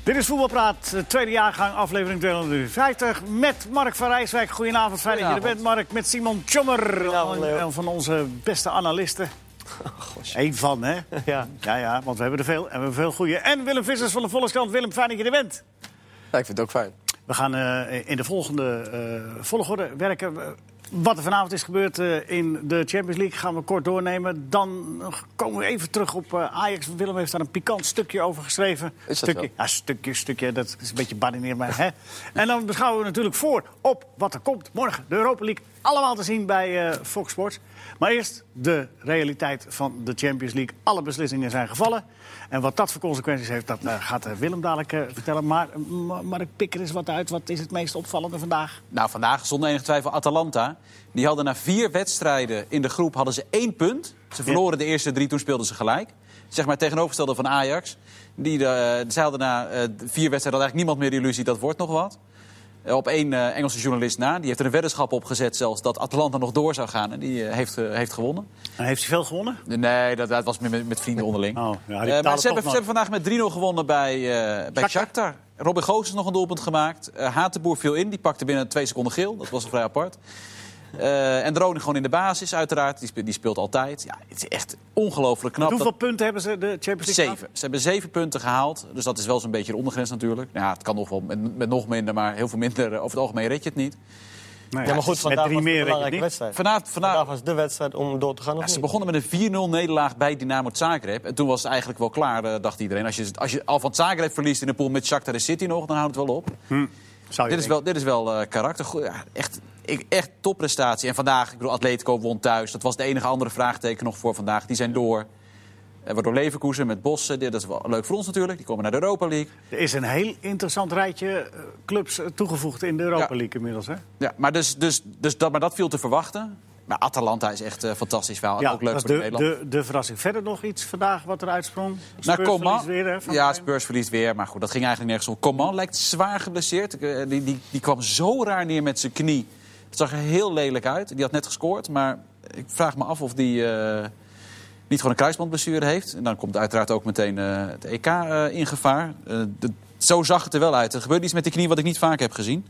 Dit is Voetbalpraat, tweede jaargang, aflevering 250. Met Mark van Rijswijk. Goedenavond, fijn dat je er bent, Mark. Met Simon Tjommer, een van onze beste analisten. Eén van, hè? Ja, want we hebben er veel. En we hebben veel goede. En Willem Vissers van de Volkskrant. Willem, fijn dat je er bent. Ja, ik vind het ook fijn. We gaan in de volgende volgorde werken. Wat er vanavond is gebeurd in de Champions League gaan we kort doornemen. Dan komen we even terug op Ajax. Willem heeft daar een pikant stukje over geschreven. Is dat stukje, ja, stukje, dat is een beetje badineer. Maar, hè? En dan beschouwen we natuurlijk voor op wat er komt morgen. De Europa League, allemaal te zien bij Fox Sports. Maar eerst de realiteit van de Champions League. Alle beslissingen zijn gevallen. En wat dat voor consequenties heeft, dat gaat Willem dadelijk vertellen. Maar ik pik er eens wat uit. Wat is het meest opvallende vandaag? Nou, vandaag zonder enige twijfel Atalanta. Die hadden na 4 wedstrijden in de groep hadden ze 1 punt. Ze verloren de eerste 3, toen speelden ze gelijk. Zeg maar tegenovergestelde van Ajax. Zij hadden na 4 wedstrijden had eigenlijk niemand meer de illusie dat wordt nog wat. Op 1 Engelse journalist na. Die heeft er een weddenschap op gezet zelfs dat Atalanta nog door zou gaan. En die heeft gewonnen. En heeft hij veel gewonnen? Nee, dat was met vrienden onderling. Oh, ja, maar ze hebben vandaag met 3-0 gewonnen bij Shakhtar. Robin Goossens nog een doelpunt gemaakt. Hatenboer viel in, die pakte binnen 2 seconden geel. Dat was vrij apart. En Dronning gewoon in de basis, uiteraard. Die speelt altijd. Ja, het is echt ongelooflijk knap. Hoeveel punten hebben ze de Champions League? 7. Ze hebben 7 punten gehaald. Dus dat is wel zo'n beetje de ondergrens natuurlijk. Ja, het kan nog wel met nog minder, maar heel veel minder. Over het algemeen red je het niet. Nou ja, maar goed, vandaag was het een belangrijke wedstrijd. Vandaag was de wedstrijd om door te gaan. Ja, ze begonnen met een 4-0 nederlaag bij Dynamo Zagreb. En toen was het eigenlijk wel klaar, dacht iedereen. Als je al van Zagreb verliest in de pool met Shakhtar City nog, dan houdt het wel op. Dit is wel karakter. Ja, echt topprestatie. En vandaag, ik bedoel, Atletico won thuis. Dat was de enige andere vraagteken nog voor vandaag. Die zijn door. Waardoor Leverkusen met Bossen, dat is wel leuk voor ons natuurlijk. Die komen naar de Europa League. Er is een heel interessant rijtje clubs toegevoegd in de Europa League inmiddels. Hè? Ja, maar dat viel te verwachten. Maar Atalanta is echt fantastisch verhaal. Ja, ook leuk dat voor is Nederland. De verrassing. Verder nog iets vandaag wat er uitsprong? Spurs verliest weer, hè? Spurs verliest weer. Maar goed, dat ging eigenlijk nergens om. Coman lijkt zwaar geblesseerd. Die kwam zo raar neer met zijn knie. Het zag er heel lelijk uit. Die had net gescoord. Maar ik vraag me af of die niet gewoon een kruisbandblessure heeft. En dan komt uiteraard ook meteen het EK in gevaar. Zo zag het er wel uit. Er gebeurde iets met die knie wat ik niet vaak heb gezien.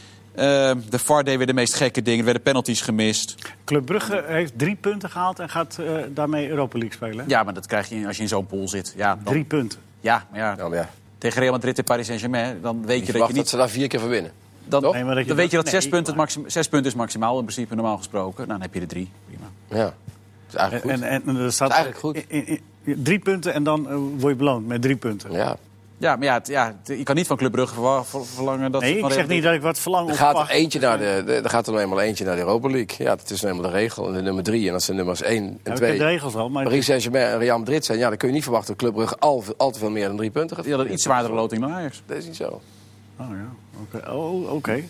De VAR deed weer de meest gekke dingen. Er werden penalties gemist. Club Brugge heeft 3 punten gehaald en gaat daarmee Europa League spelen. Ja, maar dat krijg je als je in zo'n pool zit. Ja, dan... 3 punten? Ja, maar ja. Tegen Real Madrid en Paris Saint-Germain, dan weet je dat je niet... dat ze daar 4 keer voor winnen. Dan weet je dat 6 punten is maximaal in principe normaal gesproken. Nou, dan heb je er 3. Prima. Ja, dat is eigenlijk goed. En er staat eigenlijk goed. 3 punten en dan word je beloond met 3 punten. Ja. Ja, maar je kan niet van Club Brugge verlangen dat... Nee, ik zeg niet dat ik wat verlang. Er gaat er nou eenmaal eentje naar de Europa League. Ja, dat is nou eenmaal de regel. En de nummer 3, en dat zijn nummers 1 en 2. De regels wel, maar Paris Saint-Germain en Real Madrid zijn. Ja, dan kun je niet verwachten dat Club Brugge al te veel meer dan 3 punten gaat. Ja, dat iets zwaardere loting dan Ajax. Dat is niet zo. Oh ja, oké.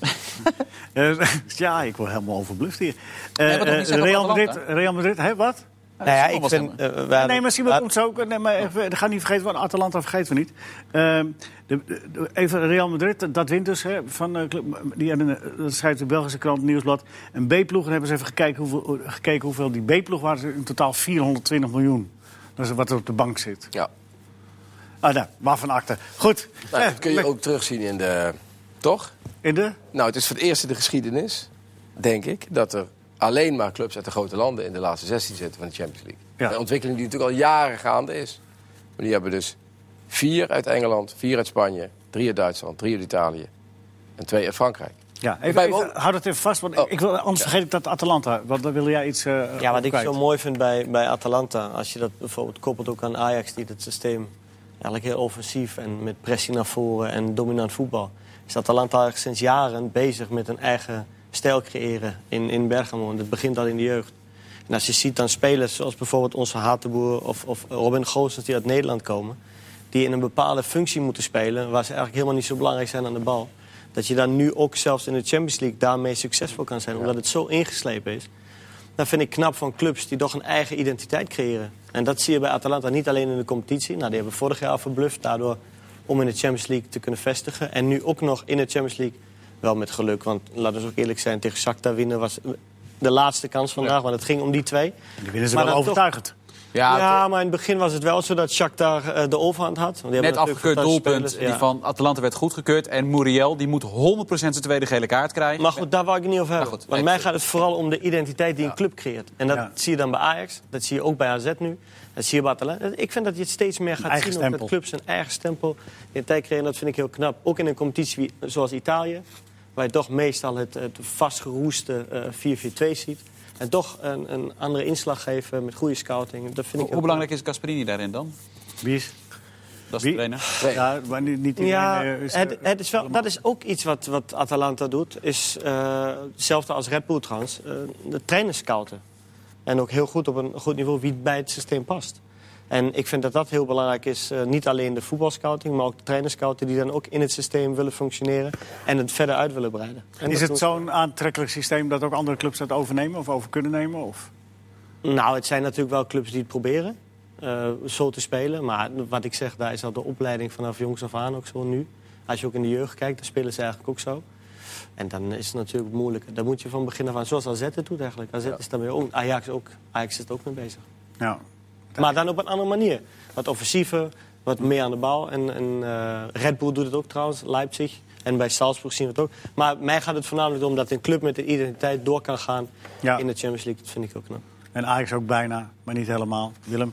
Ja, ik word helemaal overbluft hier. Real Madrid, hè, wat? Nou ja, ik vind... nee, maar Simon komt zo ook. Nee, maar ga niet vergeten, want Atalanta vergeten we niet. Even Real Madrid, dat wint dus. Hè, dat schrijft de Belgische krant Nieuwsblad. Een B-ploeg, en hebben ze even gekeken hoeveel die B-ploeg was. In totaal 420 miljoen. Dat is wat er op de bank zit. Ja. Waarvan akte. Goed. Nou, dat kun je ook terugzien in de... Toch? In de? Nou, het is voor het eerst in de geschiedenis, denk ik, dat er alleen maar clubs uit de grote landen in de laatste 16 zitten van de Champions League. Ja. Een ontwikkeling die natuurlijk al jaren gaande is. Maar die hebben dus 4 uit Engeland, 4 uit Spanje, 3 uit Duitsland, 3 uit Italië en 2 uit Frankrijk. Ja, houd het even vast, want anders vergeet ik dat Atalanta. Want dan wil jij iets wat ik zo mooi vind bij Atalanta, als je dat bijvoorbeeld koppelt ook aan Ajax, die het systeem eigenlijk heel offensief en met pressie naar voren en dominant voetbal, is Atalanta eigenlijk sinds jaren bezig met een eigen stijl creëren in Bergamo. En dat begint al in de jeugd. En als je ziet dan spelers zoals bijvoorbeeld onze Hatenboer of Robin Goossens die uit Nederland komen, die in een bepaalde functie moeten spelen, waar ze eigenlijk helemaal niet zo belangrijk zijn aan de bal, dat je dan nu ook zelfs in de Champions League daarmee succesvol kan zijn, omdat het zo ingeslepen is. Dat vind ik knap van clubs die toch een eigen identiteit creëren. En dat zie je bij Atalanta niet alleen in de competitie. Nou, die hebben vorig jaar verbluft daardoor om in de Champions League te kunnen vestigen. En nu ook nog in de Champions League, wel met geluk. Want laten we ook eerlijk zijn, tegen Shakhtar winnen was de laatste kans vandaag. Want het ging om die 2. Die winnen ze wel overtuigend. Ja, maar in het begin was het wel zo dat Shakhtar de overhand had. Want die net afgekeurd doelpunt spelers, die van Atalanta werd goedgekeurd. En Muriel die moet 100% zijn tweede gele kaart krijgen. Maar goed, daar wou ik het niet over hebben. Goed, Want mij gaat het vooral om de identiteit die een club creëert. En dat zie je dan bij Ajax, dat zie je ook bij AZ nu. Dat zie je bij Atalanta. Ik vind dat je het steeds meer gaat zien. Ook dat clubs een eigen stempel in tijd creëren. Dat vind ik heel knap. Ook in een competitie zoals Italië. Waar je toch meestal het vastgeroeste 4-4-2 ziet. En toch een andere inslag geven met goede scouting. Dat vind ik Hoe belangrijk is Gasperini daarin dan? Wie is? Dat is de trainer. Ja, maar niet iedereen dat is ook iets wat Atalanta doet. Is hetzelfde als Red Bull trouwens. De trainers scouten. En ook heel goed op een goed niveau wie bij het systeem past. En ik vind dat dat heel belangrijk is. Niet alleen de voetbalscouting, maar ook de trainerscouten die dan ook in het systeem willen functioneren en het verder uit willen breiden. En is het zo'n aantrekkelijk systeem dat ook andere clubs dat overnemen of over kunnen nemen? Of? Nou, het zijn natuurlijk wel clubs die het proberen zo te spelen. Maar wat ik zeg, daar is al de opleiding vanaf jongs af aan ook zo nu. Als je ook in de jeugd kijkt, dan spelen ze eigenlijk ook zo. En dan is het natuurlijk moeilijker. Dan moet je van begin af aan, zoals AZ het doet eigenlijk. AZ is daarmee ook, Ajax is er ook mee bezig. Ja. Maar dan op een andere manier. Wat offensiever, wat meer aan de bal. En Red Bull doet het ook trouwens, Leipzig. En bij Salzburg zien we het ook. Maar mij gaat het voornamelijk om dat een club met een identiteit door kan gaan in de Champions League. Dat vind ik ook knap. En Ajax ook bijna, maar niet helemaal. Willem,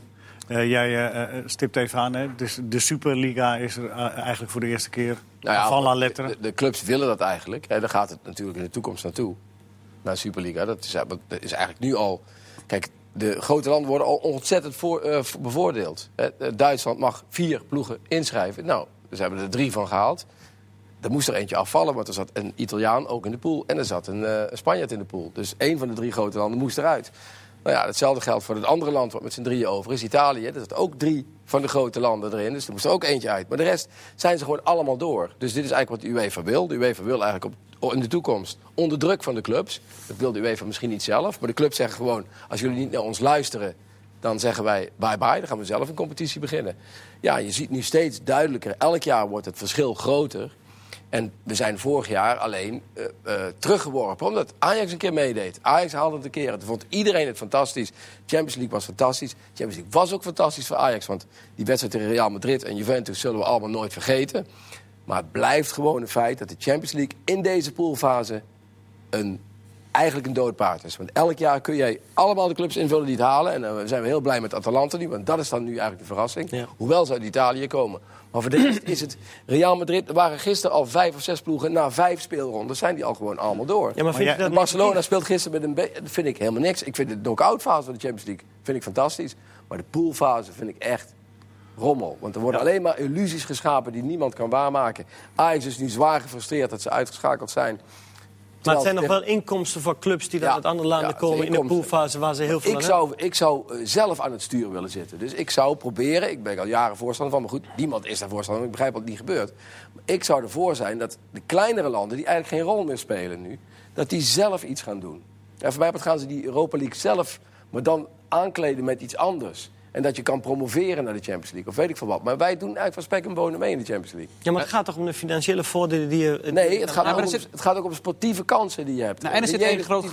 jij stipt even aan. Hè? Dus de Superliga is er eigenlijk voor de eerste keer van la lettre. De clubs willen dat eigenlijk. Daar gaat het natuurlijk in de toekomst naartoe. Naar de Superliga. Dat is eigenlijk nu al... Kijk, de grote landen worden al ontzettend bevoordeeld. Duitsland mag 4 ploegen inschrijven. Nou, dus hebben er 3 van gehaald. Er moest er eentje afvallen, want er zat een Italiaan ook in de pool. En er zat een Spanjaard in de pool. Dus 1 van de 3 grote landen moest eruit. Nou ja, hetzelfde geldt voor het andere land wat met z'n 3 over is, Italië. Er zaten ook 3 van de grote landen erin. Dus er moest er ook eentje uit. Maar de rest zijn ze gewoon allemaal door. Dus dit is eigenlijk wat de UEFA wil. De UEFA wil eigenlijk in de toekomst onder druk van de clubs. Dat wil de UEFA misschien niet zelf. Maar de clubs zeggen gewoon, als jullie niet naar ons luisteren, dan zeggen wij bye-bye. Dan gaan we zelf een competitie beginnen. Ja, je ziet nu steeds duidelijker. Elk jaar wordt het verschil groter. En we zijn vorig jaar alleen teruggeworpen, omdat Ajax een keer meedeed. Ajax haalde het een keer. Toen vond iedereen het fantastisch. Champions League was fantastisch. Champions League was ook fantastisch voor Ajax. Want die wedstrijd tegen Real Madrid en Juventus zullen we allemaal nooit vergeten. Maar het blijft gewoon een feit dat de Champions League in deze poolfase eigenlijk een dood paard is. Want elk jaar kun jij allemaal de clubs invullen die het halen. En dan zijn we heel blij met Atalanta nu, want dat is dan nu eigenlijk de verrassing. Ja. Hoewel ze uit Italië komen. Maar voor de rest is het Real Madrid. Er waren gisteren al 5 of 6 ploegen. Na 5 speelrondes zijn die al gewoon allemaal door. Ja, maar vind je dat Barcelona speelt gisteren met dat vind ik helemaal niks. Ik vind de knock-out fase van de Champions League vind ik fantastisch. Maar de poolfase vind ik echt rommel. Want er worden alleen maar illusies geschapen die niemand kan waarmaken. Ajax is nu zwaar gefrustreerd dat ze uitgeschakeld zijn. Maar het zijn nog wel inkomsten voor clubs die dan uit andere landen komen in de poolfase waar ze heel veel Ik zou zelf aan het stuur willen zitten. Dus ik zou proberen, ik ben al jaren voorstander van, maar goed, niemand is daar voorstander, ik begrijp wat niet gebeurt. Maar ik zou ervoor zijn dat de kleinere landen, die eigenlijk geen rol meer spelen nu, dat die zelf iets gaan doen. En voor mij gaan ze die Europa League zelf, maar dan aankleden met iets anders. En dat je kan promoveren naar de Champions League. Of weet ik veel wat. Maar wij doen eigenlijk van spek en bonen mee in de Champions League. Ja, maar het gaat toch om de financiële voordelen die je... Nee, het gaat ook om sportieve kansen die je hebt. Nou, en er zit een groot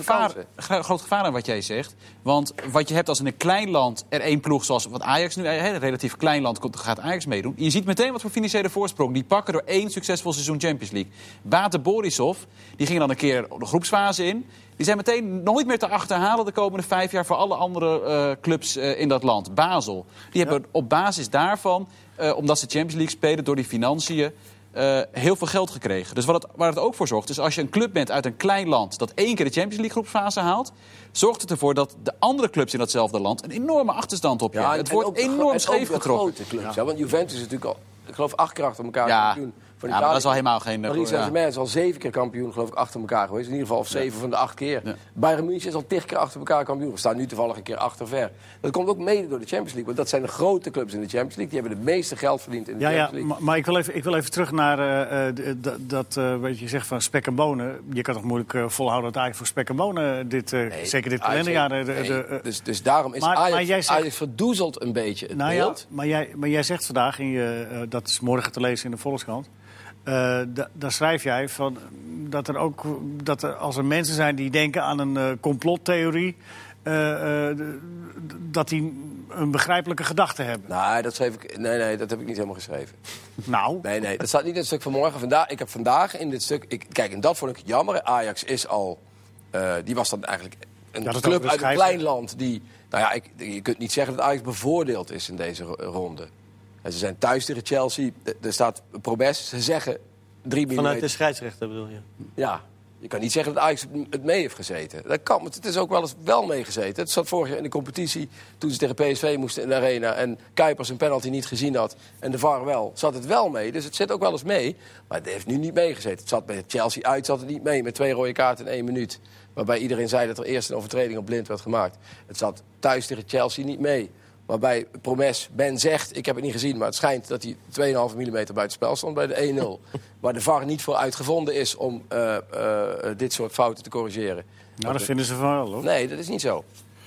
gevaar aan wat jij zegt. Want wat je hebt als in een klein land er 1 ploeg zoals wat Ajax nu... een relatief klein land gaat Ajax meedoen. Je ziet meteen wat voor financiële voorsprong. Die pakken door 1 succesvol seizoen Champions League. Bate Borisov, die ging dan een keer de groepsfase in. Die zijn meteen nooit meer te achterhalen de komende 5 jaar voor alle andere clubs in dat land. Basel. Die hebben op basis daarvan, omdat ze Champions League spelen, door die financiën, heel veel geld gekregen. Dus waar het ook voor zorgt, is als je een club bent uit een klein land dat 1 keer de Champions League groepsfase haalt, zorgt het ervoor dat de andere clubs in datzelfde land een enorme achterstand op je. Ja, het wordt enorm scheef getrokken. Grote clubs, want Juventus is natuurlijk al, ik geloof, 8 keer achter elkaar kampioen. Ja, maar dat is al helemaal geen... Paris Saint-Germain is al 7 keer kampioen, geloof ik, achter elkaar geweest. In ieder geval of 7 van de 8 keer. Ja. Bayern München is al 10 keer achter elkaar kampioen. We staan nu toevallig een keer achter ver. Dat komt ook mede door de Champions League. Want dat zijn de grote clubs in de Champions League. Die hebben het meeste geld verdiend in de Champions League. Maar ik wil even terug naar wat je zegt van spek en bonen. Je kan toch moeilijk volhouden dat eigenlijk voor spek en bonen zeker dit kalenderjaar... Dus daarom is Ajax verdoezelt een beetje het beeld. Maar jij zegt vandaag, dat is morgen te lezen in de Volkskrant... daar schrijf jij van dat er als er mensen zijn die denken aan een complottheorie, dat die een begrijpelijke gedachte hebben. Nou, dat schreef ik. Nee, dat heb ik niet helemaal geschreven. Nou. Nee, dat staat niet in het stuk van morgen. Ik heb vandaag in dit stuk. Kijk, en dat vond ik jammer. Ajax is al. Die was dan eigenlijk een club uit een klein land die. Nou ja, je kunt niet zeggen dat Ajax bevoordeeld is in deze ronde. En ze zijn thuis tegen Chelsea. Er staat Probes. Ze zeggen 3 mm. Vanuit de scheidsrechter bedoel je? Ja. Je kan niet zeggen dat Ajax het mee heeft gezeten. Dat kan, maar het is ook wel eens wel meegezeten. Het zat vorig jaar in de competitie, toen ze tegen PSV moesten in de arena en Kuipers een penalty niet gezien had en de VAR wel, zat het wel mee. Dus het zit ook wel eens mee, maar het heeft nu niet meegezeten. Het zat bij Chelsea uit, zat het niet mee met 2 rode kaarten in 1 minuut. Waarbij iedereen zei dat er eerst een overtreding op Blind werd gemaakt. Het zat thuis tegen Chelsea niet mee. Waarbij Promes, Ben zegt, ik heb het niet gezien, maar het schijnt dat hij 2,5 mm buiten spel stond bij de 1-0. Waar de VAR niet voor uitgevonden is om dit soort fouten te corrigeren. Nou, dat vinden ze van wel, hoor. Nee, dat is niet zo.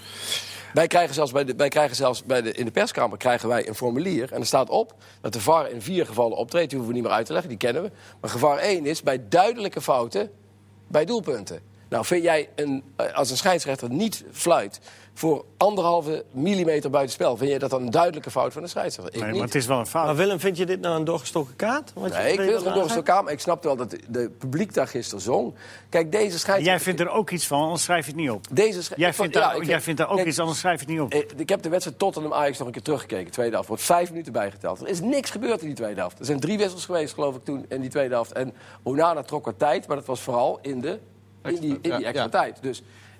Wij krijgen zelfs in de perskamer krijgen wij een formulier. En er staat op dat de VAR in 4 gevallen optreedt. Die hoeven we niet meer uit te leggen, die kennen we. Maar gevaar 1 is bij duidelijke fouten bij doelpunten. Nou, vind jij als een scheidsrechter niet fluit voor 1,5 millimeter buitenspel, vind je dat dan een duidelijke fout van de scheidsrechter? Nee, maar het is wel een fout. Maar Willem, vind je dit nou een doorgestoken kaart? Nee, ik vind het een doorgestoken kaart, maar ik snapte wel dat de publiek daar gisteren zong. Kijk, deze scheidsrechter... Jij vindt er ook iets van, anders schrijf je het niet op. Jij vindt daar ook iets, anders schrijf je het niet op. Ik heb de wedstrijd Tottenham-Ajax nog een keer teruggekeken, tweede helft. Er wordt 5 minuten bijgeteld. Er is niks gebeurd in die tweede helft. Er zijn 3 wissels geweest, geloof ik, toen in die tweede helft. En Onana trok wat tijd, maar dat was vooral in die extra tijd. Dus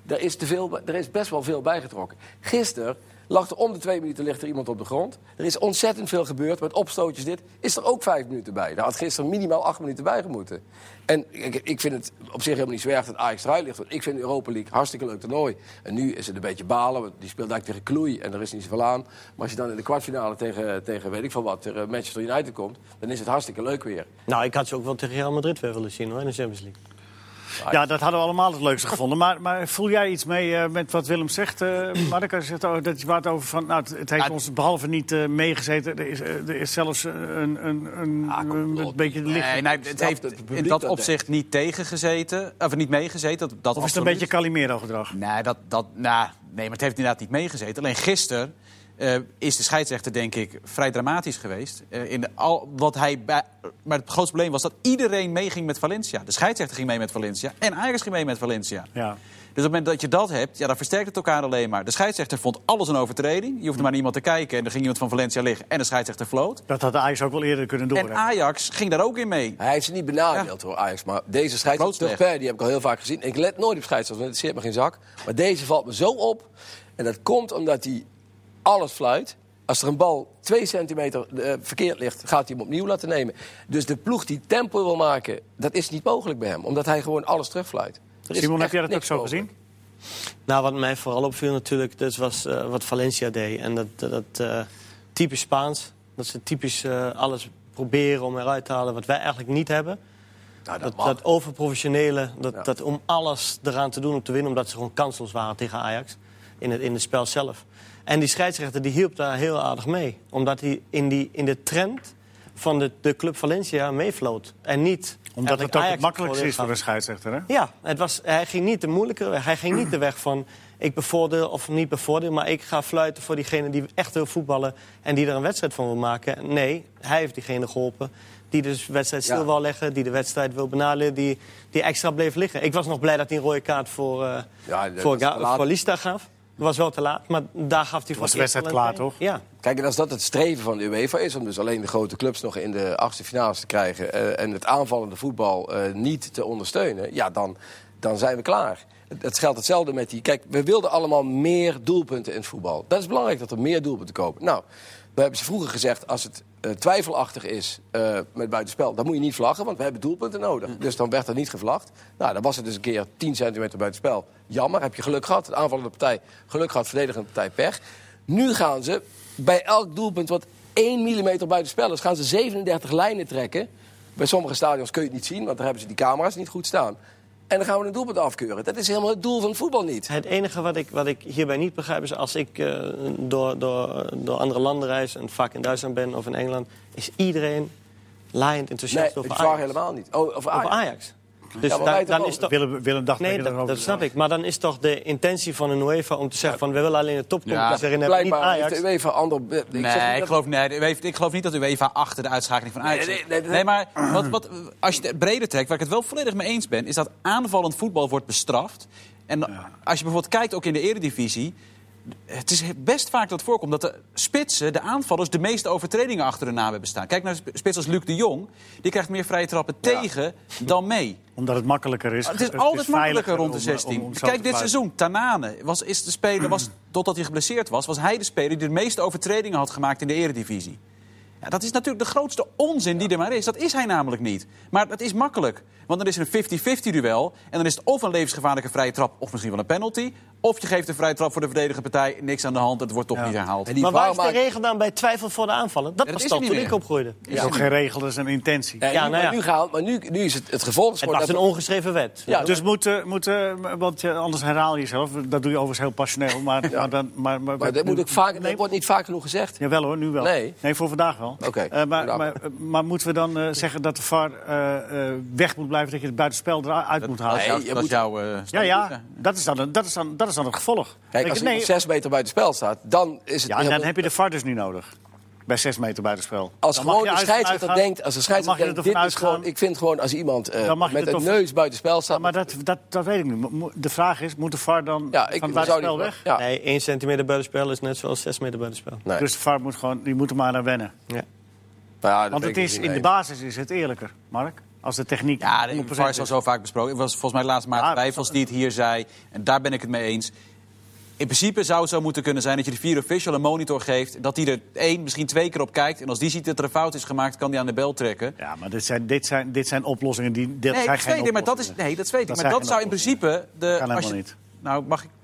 er is best wel veel bijgetrokken. Gisteren lag er om de 2 minuten ligt er iemand op de grond. Er is ontzettend veel gebeurd met opstootjes dit. Is er ook 5 minuten bij. Daar had gisteren minimaal 8 minuten bij gemoeten. En ik vind het op zich helemaal niet zo erg dat Ajax eruit ligt. Want ik vind de Europa League hartstikke leuk toernooi. En nu is het een beetje balen. Want die speelt eigenlijk tegen Kloei en er is niet zoveel aan. Maar als je dan in de kwartfinale tegen weet ik van wat, tegen Manchester United komt, dan is het hartstikke leuk weer. Nou, ik had ze ook wel tegen Real Madrid weer willen zien, hoor, in de Champions League. Ja, dat hadden we allemaal het leukste gevonden. Maar voel jij iets mee met wat Willem zegt? Mark, zegt dat je het over van... Nou, het heeft ons behalve niet meegezeten. Er is zelfs een beetje licht... Nee, het heeft in dat opzicht niet tegengezeten. Of niet meegezeten. Dat of is het een beetje Calimero-gedrag? Nee, maar het heeft inderdaad niet meegezeten. Alleen gisteren is de scheidsrechter, denk ik, vrij dramatisch geweest. Maar het grootste probleem was dat iedereen meeging met Valencia. De scheidsrechter ging mee met Valencia en Ajax ging mee met Valencia. Ja. Dus op het moment dat je dat hebt, dan versterkt het elkaar alleen maar. De scheidsrechter vond alles een overtreding. Je hoefde maar naar iemand te kijken en er ging iemand van Valencia liggen en de scheidsrechter floot. Dat had de Ajax ook wel eerder kunnen doen. En Ajax ging daar ook in mee. Hij heeft ze niet benadeeld hoor, Ajax. Maar deze scheidsrechter, die heb ik al heel vaak gezien. Ik let nooit op scheidsrechters, want het zit me geen zak. Maar deze valt me zo op. En dat komt omdat hij alles fluit. Als er een bal 2 centimeter verkeerd ligt, gaat hij hem opnieuw laten nemen. Dus de ploeg die tempo wil maken, dat is niet mogelijk bij hem. Omdat hij gewoon alles terugfluit. Simon, heb jij dat ook zo gezien? Nou, wat mij vooral opviel natuurlijk, dat was wat Valencia deed. En dat typisch Spaans. Dat ze typisch alles proberen om eruit te halen wat wij eigenlijk niet hebben. Nou, dat overprofessionele, dat om alles eraan te doen om te winnen. Omdat ze gewoon kansloos waren tegen Ajax in het spel zelf. En die scheidsrechter die hielp daar heel aardig mee. Omdat hij in de trend van de club Valencia meefloot. En niet... Omdat het ook het makkelijkste is voor een scheidsrechter, hè? Ja, hij ging niet de moeilijke weg. Hij ging niet de weg van ik bevoordeel of niet bevoordeel. Maar ik ga fluiten voor diegene die echt wil voetballen en die er een wedstrijd van wil maken. Nee, hij heeft diegene geholpen die dus de wedstrijd stil wil leggen, die de wedstrijd wil benadelen, die extra bleef liggen. Ik was nog blij dat hij een rode kaart voor Lista gaf. Dat was wel te laat, maar daar gaf hij voor... Was de wedstrijd klaar, toch? Ja. Kijk, en als dat het streven van de UEFA is, om dus alleen de grote clubs nog in de 8e finales te krijgen en het aanvallende voetbal niet te ondersteunen, ja, dan zijn we klaar. Het geldt hetzelfde met die... Kijk, we wilden allemaal meer doelpunten in het voetbal. Dat is belangrijk, dat er meer doelpunten komen. Nou, we hebben ze vroeger gezegd, als het twijfelachtig is met buitenspel, dan moet je niet vlaggen, want we hebben doelpunten nodig. Dus dan werd er niet gevlagd. Nou, dan was het dus een keer 10 centimeter buitenspel. Jammer, heb je geluk gehad. De aanvallende partij geluk gehad, verdedigende partij pech. Nu gaan ze bij elk doelpunt wat 1 millimeter buitenspel is, gaan ze 37 lijnen trekken. Bij sommige stadions kun je het niet zien, want daar hebben ze die camera's niet goed staan. En dan gaan we een doelpunt afkeuren. Dat is helemaal het doel van voetbal niet. Het enige wat ik hierbij niet begrijp is, als ik door andere landen reis en vaak in Duitsland ben of in Engeland, is iedereen laaiend enthousiast over Ajax. Nee, het was helemaal niet. Over Ajax. Dus Ja, maar dan is toch... Willem dacht Nee, dat snap ik. Maar dan is toch de intentie van een UEFA om te zeggen van we willen alleen de topcompetitie erin hebben, niet Blijkbaar Ajax. heeft de UEFA ander... Ik geloof niet dat de UEFA achter de uitschakeling van Ajax zit. Nee, maar als je het breder trekt, waar ik het wel volledig mee eens ben, is dat aanvallend voetbal wordt bestraft. En als je bijvoorbeeld kijkt ook in de Eredivisie, het is best vaak dat het voorkomt dat de spitsen, de aanvallers, de meeste overtredingen achter de naam hebben staan. Kijk naar een spits als Luc de Jong. Die krijgt meer vrije trappen tegen dan mee. Omdat het makkelijker is. Het is altijd makkelijker rond de 16. Kijk, dit seizoen, Tanane was totdat hij geblesseerd was hij de speler die de meeste overtredingen had gemaakt in de Eredivisie. Ja, dat is natuurlijk de grootste onzin die er maar is. Dat is hij namelijk niet. Maar dat is makkelijk. Want dan is er een 50-50 duel. En dan is het of een levensgevaarlijke vrije trap, of misschien wel een penalty. Of je geeft een vrije trap voor de verdedigende partij. Niks aan de hand, het wordt toch niet herhaald. Maar waar is de regel dan bij twijfel voor de aanvallen? Dat was toch toen ik opgroeide. Dat is ook geen regel, dat is een intentie. Maar nu is het gevolg. Het was een ongeschreven wet. Ja, dus want anders herhaal je jezelf. Dat doe je overigens heel passioneel. Maar dat wordt niet vaak genoeg gezegd. Jawel hoor, nu wel. Nee, voor vandaag wel. Oké. Maar moeten we dan zeggen dat de VAR weg moet blijven, dat je het buitenspel eruit moet halen? Dat is jouw dat is dan het gevolg. Kijk, als hij 6 meter buiten spel staat, dan is het... Ja, dan heb je de VAR dus niet nodig. Bij 6 meter buitenspel. Als gewoon de scheidsrechter denkt, dit is gewoon... Ik vind gewoon, als iemand met een neus buitenspel staat... Maar dat weet ik niet. De vraag is, moet de VAR dan van het buitenspel weg? Ja. Nee, 1 centimeter buitenspel is net zoals 6 meter buitenspel. Nee. Dus de VAR moet er maar naar wennen. Ja. Nou, want het is, in de basis is het eerlijker, Mark. Als de techniek... Ja, de VAR is al zo vaak besproken. Het was volgens mij laatst Maarten Wijfels die het hier zei. En daar ben ik het mee eens. In principe zou het zo moeten kunnen zijn dat je de vierde official een monitor geeft. Dat die er 1, misschien 2 keer op kijkt. En als die ziet dat er een fout is gemaakt, kan die aan de bel trekken. Ja, maar dit zijn oplossingen die... Dat weet ik, maar dat is... Nee, dat weet ik. Maar dat zou in principe... Kan helemaal niet. Nou, mag ik...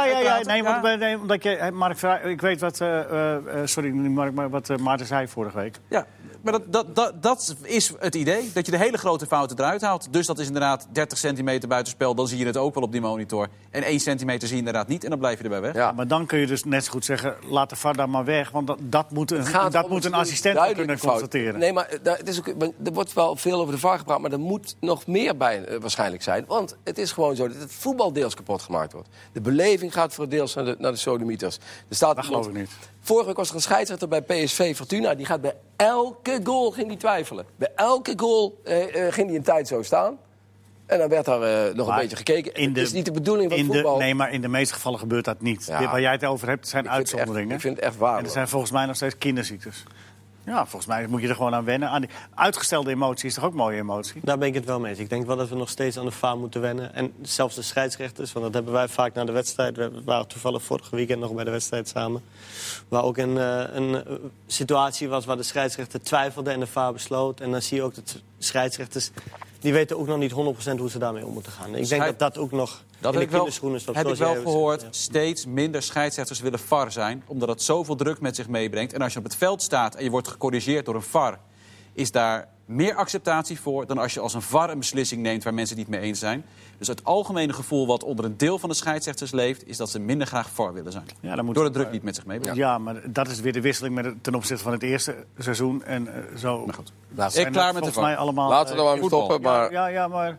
Nee, omdat je... Mark, ik weet wat... sorry, Mark, maar wat Maarten zei vorige week. Ja, maar dat is het idee. Dat je de hele grote fouten eruit haalt. Dus dat is inderdaad 30 centimeter buitenspel. Dan zie je het ook wel op die monitor. En 1 centimeter zie je inderdaad niet. En dan blijf je erbij weg. Ja, maar dan kun je dus net zo goed zeggen... laat de VAR daar maar weg. Want dat moet een assistent kunnen constateren. Nee, maar er wordt wel veel over de VAR gepraat. Maar er moet nog meer bij waarschijnlijk zijn. Want het is gewoon zo dat het voetbal deels kapot gemaakt wordt. De beleving gaat voor deels naar de sodomieters. Dat geloof ik niet. Vorige week was er een scheidsrechter bij PSV Fortuna. Die gaat bij elke goal ging die twijfelen. Bij elke goal ging hij een tijd zo staan. En dan werd daar nog een beetje gekeken. Het is niet de bedoeling van voetbal. Nee, maar in de meeste gevallen gebeurt dat niet. Ja. Waar jij het over hebt, zijn uitzonderingen. Ik vind het echt waar. En er zijn volgens mij nog steeds kinderziektes. Ja, volgens mij moet je er gewoon aan wennen. Die uitgestelde emotie is toch ook een mooie emotie? Daar ben ik het wel mee eens. Ik denk wel dat we nog steeds aan de VAR moeten wennen. En zelfs de scheidsrechters, want dat hebben wij vaak na de wedstrijd. We waren toevallig vorige weekend nog bij de wedstrijd samen. Waar ook een situatie was waar de scheidsrechter twijfelde en de VAR besloot. En dan zie je ook dat scheidsrechters... die weten ook nog niet 100% hoe ze daarmee om moeten gaan. Ik denk dat ook nog dat in de kinderschoenen is. Heb ik wel gehoord. Ja. Steeds minder scheidsrechters willen VAR zijn. Omdat het zoveel druk met zich meebrengt. En als je op het veld staat en je wordt gecorrigeerd door een VAR... is daar meer acceptatie voor dan als je als een VAR een beslissing neemt... waar mensen het niet mee eens zijn. Dus het algemene gevoel wat onder een deel van de scheidsrechters leeft... is dat ze minder graag VAR willen zijn. Ja, door de druk niet met zich meebrengt. Ja, maar dat is weer de wisseling ten opzichte van het eerste seizoen. En zo. Nou goed. Ik klaar met de VAR. Allemaal, laten we er maar mee stoppen. Maar... Ja, maar...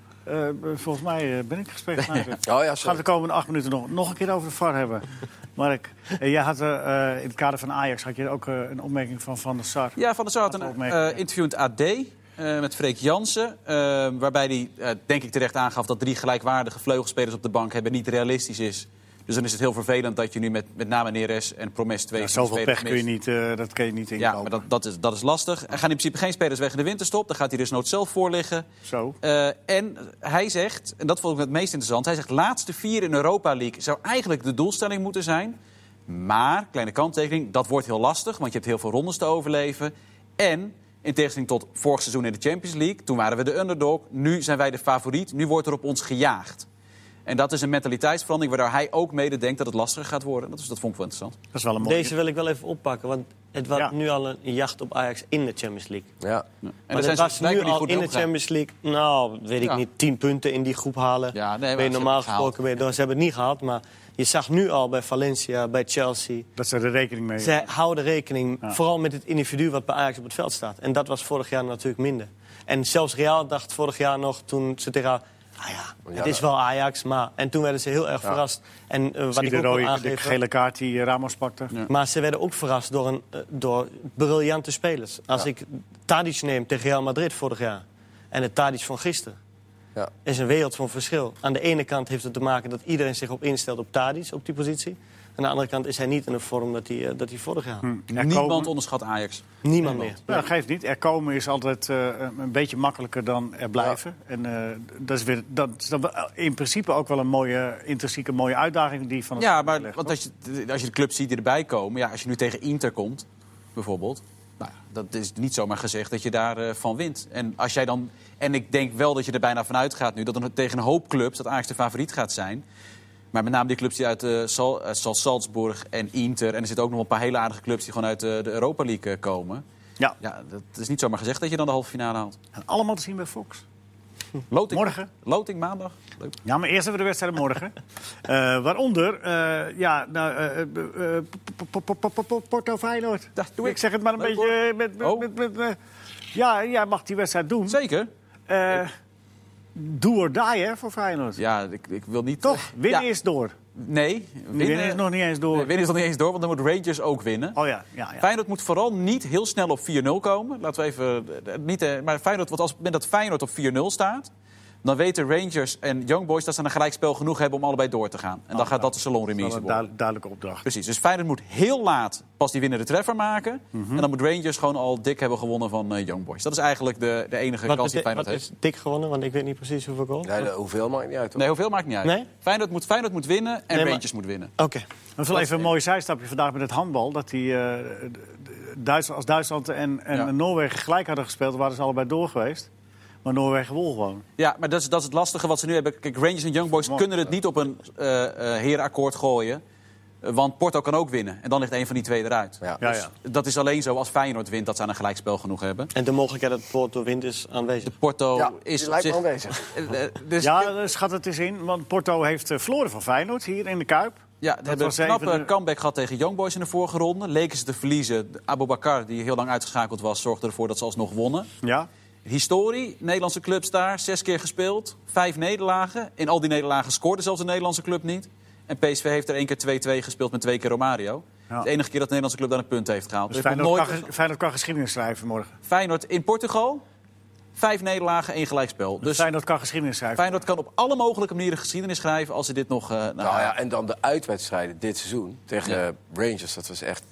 volgens mij ben ik gesprek gemaakt. Gaan we de komende 8 minuten nog een keer over de VAR hebben. Mark, jij had in het kader van Ajax had je ook een opmerking van Van der Sar. Ja, Van der Sar had een interview in het AD met Freek Jansen. Waarbij hij, denk ik, terecht aangaf dat 3 gelijkwaardige vleugelspelers op de bank hebben niet realistisch is. Dus dan is het heel vervelend dat je nu met name Neres en Promes 2... zoveel pech kun je niet, dat kun je niet inkopen. Ja, maar dat is lastig. Er gaan in principe geen spelers weg in de winterstop. Daar gaat hij dus nooit zelf voor liggen. Zo. En hij zegt, en dat vond ik het meest interessant... hij zegt, laatste 4 in Europa League zou eigenlijk de doelstelling moeten zijn. Maar, kleine kanttekening, dat wordt heel lastig... want je hebt heel veel rondes te overleven. En... in tegenstelling tot vorig seizoen in de Champions League... toen waren we de underdog, nu zijn wij de favoriet... nu wordt er op ons gejaagd. En dat is een mentaliteitsverandering waardoor hij ook mede denkt dat het lastiger gaat worden. Dat vond ik wel interessant. Dat is wel een mooie. Deze wil ik wel even oppakken, want het was nu al een jacht op Ajax in de Champions League. Ja. En het was nu al in de Champions League, nou, weet ik niet, 10 punten in die groep halen. Ja, nee, ben je normaal gesproken, ze hebben het niet gehaald, maar Je zag nu al bij Valencia, bij Chelsea. Dat ze er rekening mee Zij houden rekening vooral met het individu wat bij Ajax op het veld staat. En dat was vorig jaar natuurlijk minder. En zelfs Real dacht vorig jaar nog, toen ze tegen het is wel Ajax, maar... En toen werden ze heel erg verrast. En wat ik ook wil aangeven, de gele kaart die Ramos pakte. Ja. maar ze werden ook verrast door briljante spelers. Als ik Tadic neem tegen Real Madrid vorig jaar... en de Tadic van gisteren... Ja. is een wereld van verschil. Aan de ene kant heeft het te maken dat iedereen zich op instelt op Tadic, op die positie. Aan de andere kant is hij niet in de vorm dat hij vorig jaar had. Niemand onderschat Ajax. Niemand meer. Ja, dat geeft niet. Er komen is altijd een beetje makkelijker dan er blijven. Ja. En dat is dan in principe ook wel een mooie uitdaging die van het Ja, legt, want als je de clubs ziet die erbij komen... Ja, als je nu tegen Inter komt, bijvoorbeeld... Nou, dat is niet zomaar gezegd dat je daarvan wint. En als jij dan... En ik denk wel dat je er bijna vanuit gaat nu... dat er tegen een hoop clubs dat Ajax de favoriet gaat zijn... Maar met name die clubs die uit Salzburg en Inter... en er zitten ook nog een paar hele aardige clubs... die gewoon uit de Europa League komen. Ja, dat is niet zomaar gezegd dat je dan de halve finale haalt. En allemaal te zien bij Fox. Loting, morgen. Loting maandag. Leuk. Ja, maar eerst hebben we de wedstrijden morgen. Waaronder, Porto Feyenoord. Ik zeg het maar een beetje... Ja, jij mag die wedstrijd doen. Zeker. Do or die, hè, voor Feyenoord. Ja, ik wil niet... Toch? Winnen is door. Nee. Winnen is nog niet eens door. Nee, winnen is nog niet eens door, want dan moet Rangers ook winnen. Oh ja. Feyenoord moet vooral niet heel snel op 4-0 komen. Laten we even... maar Feyenoord, want als op het moment dat Feyenoord op 4-0 staat... dan weten Rangers en Young Boys dat ze een gelijkspel genoeg hebben om allebei door te gaan. En dan gaat dat de salonremise worden. Een duidelijke opdracht. Precies. Dus Feyenoord moet heel laat pas die winnende treffer maken. En dan moet Rangers gewoon al dik hebben gewonnen van Young Boys. Dat is eigenlijk de enige kans die Feyenoord heeft. Wat is dik gewonnen? Want ik weet niet precies hoeveel goals. Nee, hoeveel maakt niet uit, hoor. Nee, hoeveel maakt niet uit. Nee? Feyenoord moet winnen en Rangers moet winnen. Oké. Dat is wel even een mooi zijstapje vandaag met het handbal. Dat als Duitsland en Noorwegen gelijk hadden gespeeld... waren ze allebei door geweest. Maar Noorwegen won gewoon. Ja, maar dat is het lastige wat ze nu hebben. Kijk, Rangers en Young Boys kunnen het niet op een herenakkoord gooien. Want Porto kan ook winnen. En dan ligt een van die twee eruit. Ja. Dus dat is alleen zo als Feyenoord wint dat ze aan een gelijkspel genoeg hebben. En de mogelijkheid dat Porto wint is aanwezig. Porto is lijkt me aanwezig. Schat het eens in. Want Porto heeft verloren van Feyenoord hier in de Kuip. Ja, ze hebben een knappe comeback gehad tegen Young Boys in de vorige ronde. Leken ze te verliezen. Aboubakar, die heel lang uitgeschakeld was, zorgde ervoor dat ze alsnog wonnen. Ja. Historie, Nederlandse clubs daar, 6 keer gespeeld, 5 nederlagen. In al die nederlagen scoorde zelfs een Nederlandse club niet. En PSV heeft er 1 keer 2-2 gespeeld met 2 keer Romario. Ja. De enige keer dat de Nederlandse club daar een punt heeft gehaald. Dus Feyenoord kan geschiedenis schrijven morgen. Feyenoord in Portugal, 5 nederlagen, 1 gelijkspel. Dus Feyenoord kan geschiedenis schrijven. Feyenoord kan op alle mogelijke manieren geschiedenis schrijven als ze dit nog... En dan de uitwedstrijden dit seizoen tegen Rangers. Dat was echt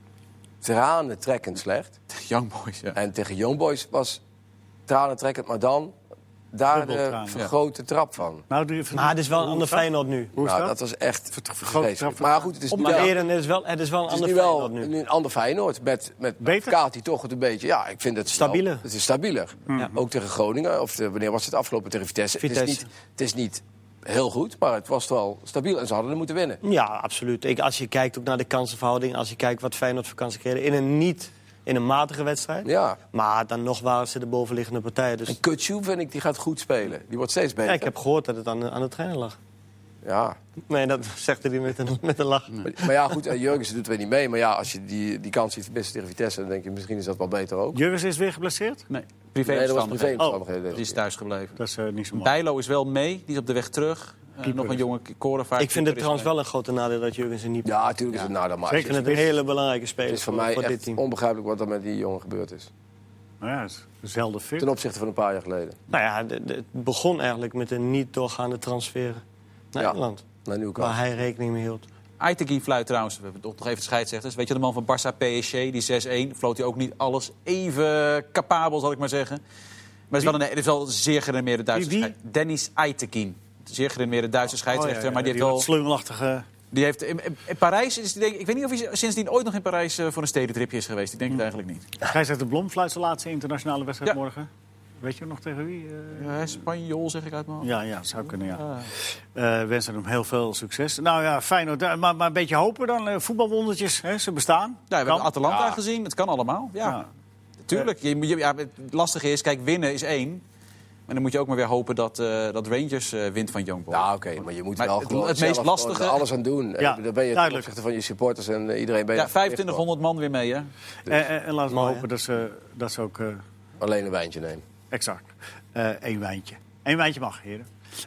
tranentrekkend slecht. Young Boys, ja. En tegen Young Boys was tranentrekkend, maar dan daar de vergrote trap van. Maar het is wel een ander Feyenoord nu. Dat was echt vreselijk. Maar goed, het is nu het is wel een ander Feyenoord nu. Nu een ander Feyenoord met Kati toch het een beetje. Ja, ik vind het stabieler. Het is stabieler. Ja. Ook tegen Groningen of wanneer was het afgelopen tegen Vitesse? Het is niet heel goed, maar het was wel stabiel en ze hadden er moeten winnen. Ja, absoluut. Als je kijkt ook naar de kansenverhouding, als je kijkt wat Feyenoord voor kansen kregen in een matige wedstrijd. Ja. Maar dan nog waren ze de bovenliggende partij. Dus... En Kutsu, vind ik, die gaat goed spelen. Die wordt steeds beter. Ja, ik heb gehoord dat het aan de trainer lag. Ja. Nee, dat zegt hij met een lach. Maar ja, goed, Jurgensen doet weer niet mee. Maar ja, als je die kans ziet missen tegen Vitesse, dan denk je misschien is dat wel beter ook. Jurgensen is weer geblesseerd? Nee, privé-omstandigheden. Die is thuisgebleven. Dat is niet zo mooi. Bijlo is wel mee, die is op de weg terug. Nog een jonge korenvaart. Ik vind het trouwens wel een grote nadeel dat Jurgensen niet... Ja, natuurlijk is het nadeel. Maar ik vind het een hele belangrijke speler. Het is voor mij dit echt team. onbegrijpelijk wat er met die jongen gebeurd is. Nou ja, het is zelden fit. Ten opzichte van een paar jaar geleden. Nou ja, het begon eigenlijk met een niet doorgaande transfer naar Engeland. Naar Newcastle. Waar hij rekening mee hield. Aitegui fluit trouwens, we hebben nog even de scheidsrechters. Weet je, de man van Barça PSG, die 6-1, floot hij ook niet alles even capabel, zal ik maar zeggen. Maar het is wel een zeer gerenommeerde Duitse scheidsrechter. Dennis Aitegui. Zeer gerenommeerde Duitse scheidsrechter. Maar die heeft wel slungelachtige... Die heeft in Parijs, ik weet niet of hij sindsdien ooit nog in Parijs voor een stedentripje is geweest. Ik denk het eigenlijk niet. Scheidsrechter Blom fluit zijn laatste internationale wedstrijd morgen. Weet je nog tegen wie? Spanjool, zeg ik uit mijn hoofd. Ja, zou kunnen, ja. Wensen hem heel veel succes. Nou ja, Feyenoord, maar een beetje hopen dan. Voetbalwondertjes, hè, ze bestaan. Ja, we hebben Atalanta gezien, het kan allemaal. Ja, tuurlijk. Het lastige is, kijk, winnen is 1. En dan moet je ook maar weer hopen dat Rangers wint van Young Boys. Ja, oké, maar je moet wel gewoon het zelf meest lastige... er alles aan doen. Ja, Daar ben je ten opzichte van je supporters en iedereen ben je... Ja, 2500 man weer mee, hè? En laten we hopen dat ze ook... Alleen een wijntje nemen. exact. 1 wijntje. 1 wijntje mag, heren.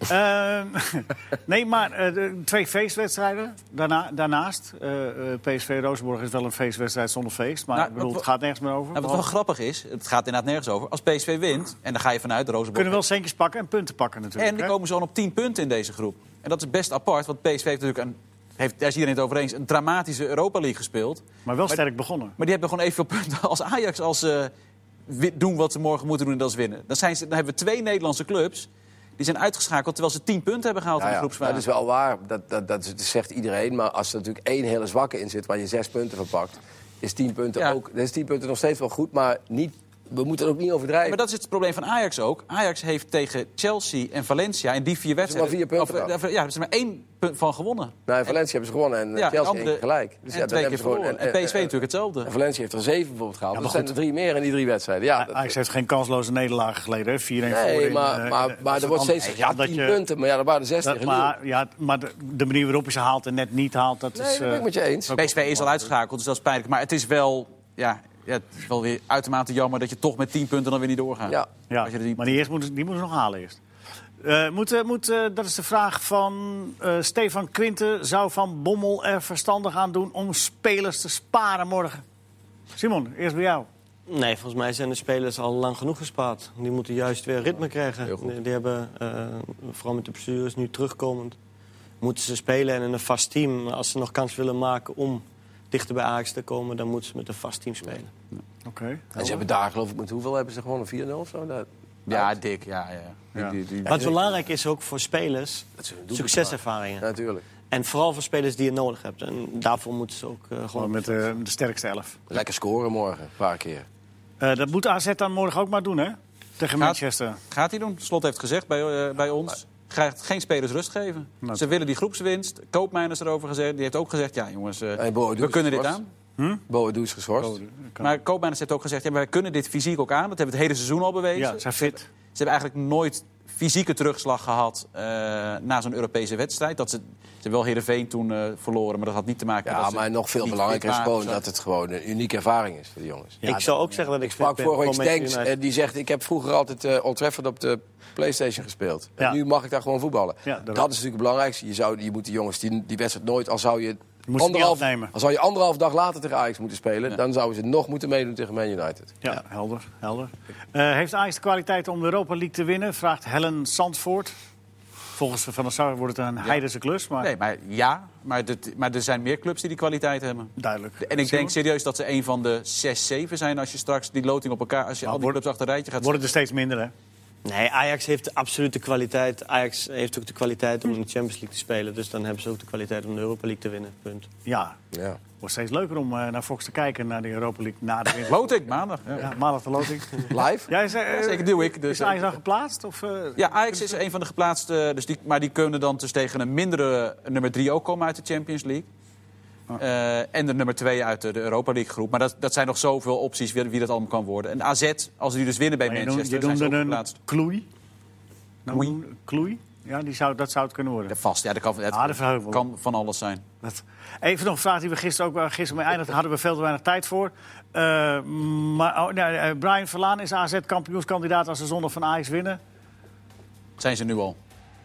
Nee, maar 2 feestwedstrijden daarnaast. PSV Rozenborg is wel een feestwedstrijd zonder feest. Maar Nou, ik bedoel, het gaat nergens meer over. Nou, wat wel grappig is, het gaat inderdaad nergens over. Als PSV wint, en dan ga je vanuit Rozenborg... Kunnen wel centjes pakken en punten pakken natuurlijk. En die hè? komen zo op 10 punten in deze groep. En dat is best apart, want PSV heeft natuurlijk daar is iedereen het over eens, een dramatische Europa League gespeeld. Maar wel sterk begonnen. Maar die hebben gewoon evenveel punten als Ajax als ze doen wat ze morgen moeten doen en dat is winnen. Dan hebben we 2 Nederlandse clubs die zijn uitgeschakeld terwijl ze 10 punten hebben gehaald in de groepsfase. Dat is wel waar, dat zegt iedereen. Maar als er natuurlijk 1 hele zwakke in zit waar je 6 punten van pakt... is 10 punten ook. Dan is 10 punten nog steeds wel goed, maar we moeten het ook niet overdrijven. Maar dat is het probleem van Ajax ook. Ajax heeft tegen Chelsea en Valencia in die 4 wedstrijden... maar 4 punten ja, daar hebben ze maar 1 punt van gewonnen. Nou, in Valencia hebben ze gewonnen en Ja, Chelsea andere, gelijk. Dus en 2 keer verloren. En PSV natuurlijk hetzelfde. En Valencia heeft er 7 bijvoorbeeld gehaald. Ja, Dus maar zijn er 3 meer in die 3 wedstrijden. Ja, Ajax heeft geen kansloze nederlagen geleden. Hè? 4-1 nee, voor maar er wordt steeds gezegd, ja, 10 punten. Maar ja, er waren er 6 tegen maar de manier waarop je ze haalt en net niet haalt, dat Nee, is... dat ben ik met je eens. PSV is al uitgeschakeld, dus dat is pijnlijk. Maar het is wel... Ja, het is wel weer uitermate jammer dat je toch met 10 punten dan weer niet doorgaat. Ja. Ja, Als je maar die moeten ze nog halen eerst. Dat is de vraag van Stefan Quinte. Zou Van Bommel er verstandig aan doen om spelers te sparen morgen? Simon, eerst bij jou. Nee, volgens mij zijn de spelers al lang genoeg gespaard. Die moeten juist weer ritme krijgen. Heel goed. Die hebben, vooral met de bestuurders nu terugkomend... moeten ze spelen en in een vast team. Als ze nog kans willen maken om dichter bij Ajax te komen... dan moeten ze met een vast team spelen. Oké. En ze hebben daar, geloof ik, met hoeveel hebben ze gewonnen? 4-0 of zo? Ja, dik. Ja. Ja. Wat belangrijk is ook voor spelers, Dat ze een doelpunt succeservaringen. maken. Natuurlijk. En vooral voor spelers die je nodig hebt. En daarvoor moeten ze ook Gewoon gewoon... met de sterkste 11. Lekker scoren morgen, een paar keer. Dat moet AZ dan morgen ook maar doen, hè? Tegen Manchester. Gaat hij doen. Slot heeft gezegd bij ons. Gaat geen spelers rust geven. Nou, Ze willen die groepswinst. Koopmijn is erover gezegd. Die heeft ook gezegd, ja jongens, we kunnen dit aan. Boadu is geschorst. Maar Koopmijn heeft ook gezegd, ja, maar wij kunnen dit fysiek ook aan. Dat hebben we het hele seizoen al bewezen. Ja, ze zijn fit. Ze hebben eigenlijk nooit fysieke terugslag gehad na zo'n Europese wedstrijd. Ze hebben wel Heerenveen toen verloren, maar dat had niet te maken met... Ja, maar nog veel belangrijker is fit gewoon waren. dat het gewoon een unieke ervaring is voor de jongens. Ja, ik zou ook zeggen dat ik Sprak fit ben vorige week voor Manchester Stenks, United. die zegt... ik heb vroeger altijd Old Trafford op de PlayStation gespeeld. Ja. En nu mag ik daar gewoon voetballen. Ja, daarom. dat is natuurlijk het belangrijkste. Je moet die jongens die wedstrijd nooit... Al zou je moet ze niet afnemen. al zou je 1,5 dag later tegen Ajax moeten spelen... dan zouden ze nog moeten meedoen tegen Man United. Ja, helder. Heeft Ajax de kwaliteit om de Europa League te winnen? Vraagt Helen Zandvoort. Volgens Van der Sar wordt het een heidense klus. Maar Nee, maar ja. Maar er zijn meer clubs die die kwaliteit hebben. duidelijk. En ik denk serieus dat ze een van de 6, 7 zijn als je straks die loting op elkaar... Als je al die clubs achter een rijtje gaat Worden er steeds minder, hè? Nee, Ajax heeft absoluut de kwaliteit. Ajax heeft ook de kwaliteit om in de Champions League te spelen. Dus dan hebben ze ook de kwaliteit om de Europa League te winnen. Punt. Ja. Ja. Wordt steeds leuker om naar Fox te kijken, naar de Europa League. Na de winter. Loting, maandag. Ja. Ja, maandag de loting. Live? Jij Zeker, doe ik. Dus, is Ajax al geplaatst? Of, ja, Ajax is een van de geplaatste. Maar die kunnen dan dus tegen een mindere nummer 3 ook komen uit de Champions League. En de nummer 2 uit de Europa League groep. Maar dat zijn nog zoveel opties wie dat allemaal kan worden. En AZ, als die dus winnen bij Manchester, je zijn ze ook noemde een geplaatst. Kloei. Kloei? Ja, dat zou het kunnen worden. Ja, vast, ja, dat kan, dat verheugt me. kan van alles zijn. Even nog een vraag die we gisteren mee eindigden. Hadden we veel te weinig tijd voor. Brian Verlaan, is AZ kampioenskandidaat als ze zondag van Ajax winnen? Zijn ze nu al.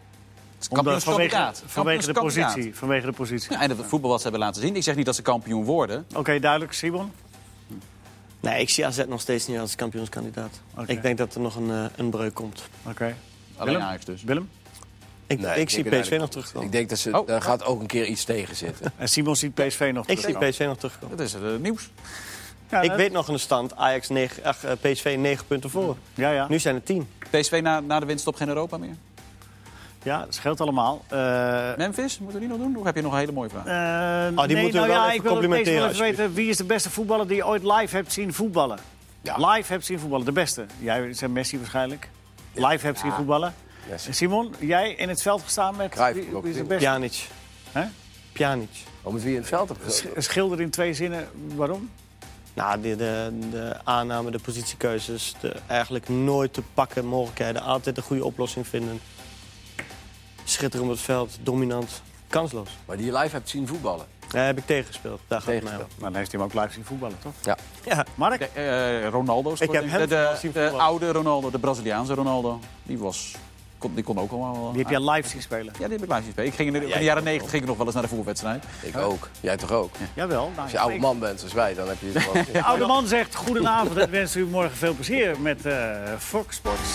Vanwege de positie. Ja, en het voetbal wat ze hebben laten zien. Ik zeg niet dat ze kampioen worden. Oké, duidelijk. Simon? Nee, ik zie AZ nog steeds niet als kampioenskandidaat. Oké. Ik denk dat er nog een breuk komt. Oké. Alleen Willem? Ajax dus. Willem? Ik zie PSV nog terugkomen. Ik denk dat ze daar gaat ook een keer iets tegen zitten. En Simon ziet PSV nog Ik zie terugkomen. PSV nog terugkomen. Dat is nieuws. Ja, Ik weet nog een stand. PSV 9 punten voor. Ja. Nu zijn het 10. PSV na de winststop geen Europa meer. Ja, dat scheelt allemaal. Memphis, moeten we die nog doen? Of heb je nog een hele mooie vraag? die moeten we wel even ik wil complimenteren, even weten, wie is de beste voetballer die je ooit live hebt zien voetballen? Ja. Live hebt zien voetballen, de beste. Jij bent Messi waarschijnlijk. Live hebt zien voetballen. Messi. En Simon, jij in het veld gestaan met Cruijff, wie is de beste? Pjanic. Hè? Pjanic. Met wie je in het veld hebt gezeten. Schilder in 2 zinnen, waarom? Nou, de aanname, de positiekeuzes, eigenlijk nooit te pakken mogelijkheden. Altijd een goede oplossing vinden. Schitterend op het veld, dominant, kansloos. Maar die je live hebt zien voetballen. Daar heb ik tegengespeeld. Daar gaat het mij om. Maar dan heeft hij hem ook live zien voetballen, toch? Ja. Ja. Mark? Ronaldo. Ik heb hem de zien voetballen. oude Ronaldo, de Braziliaanse Ronaldo. Die kon ook allemaal... Die heb je live zien spelen? Ja, die heb ik live zien spelen. Ik ging in de jaren 90 ging ik nog wel eens naar de voetbalwedstrijd. Ik ook. Jij toch ook? Ja. Jawel. Nou, Als je oude man bent zoals wij, dan heb je het wel. De oude man zegt goedenavond en wens u morgen veel plezier met Fox Sports.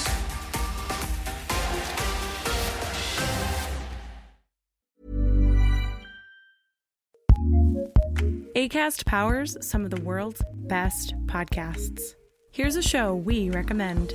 Acast powers some of the world's best podcasts. Here's a show we recommend.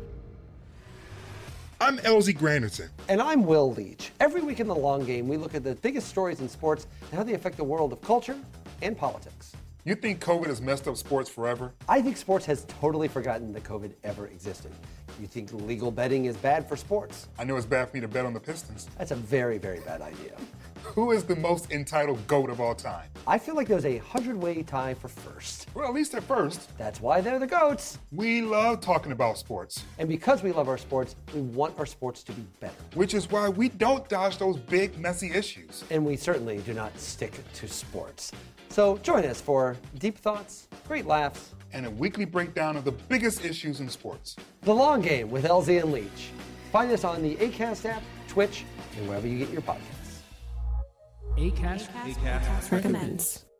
I'm LZ Granderson. And I'm Will Leach. Every week in The Long Game, we look at the biggest stories in sports and how they affect the world of culture and politics. You think COVID has messed up sports forever? I think sports has totally forgotten that COVID ever existed. You think legal betting is bad for sports? I know it's bad for me to bet on the Pistons. That's a very, very bad idea. Who is the most entitled GOAT of all time? I feel like there's a 100-way tie for first. Well, at least they're first. That's why they're the GOATs. We love talking about sports, And because we love our sports, we want our sports to be better. which is why we don't dodge those big, messy issues. And we certainly do not stick to sports. So join us for deep thoughts, great laughs, And a weekly breakdown of the biggest issues in sports. The Long Game with LZ and Leach. Find us on the Acast app, Twitch, and wherever you get your podcasts. Acast recommends.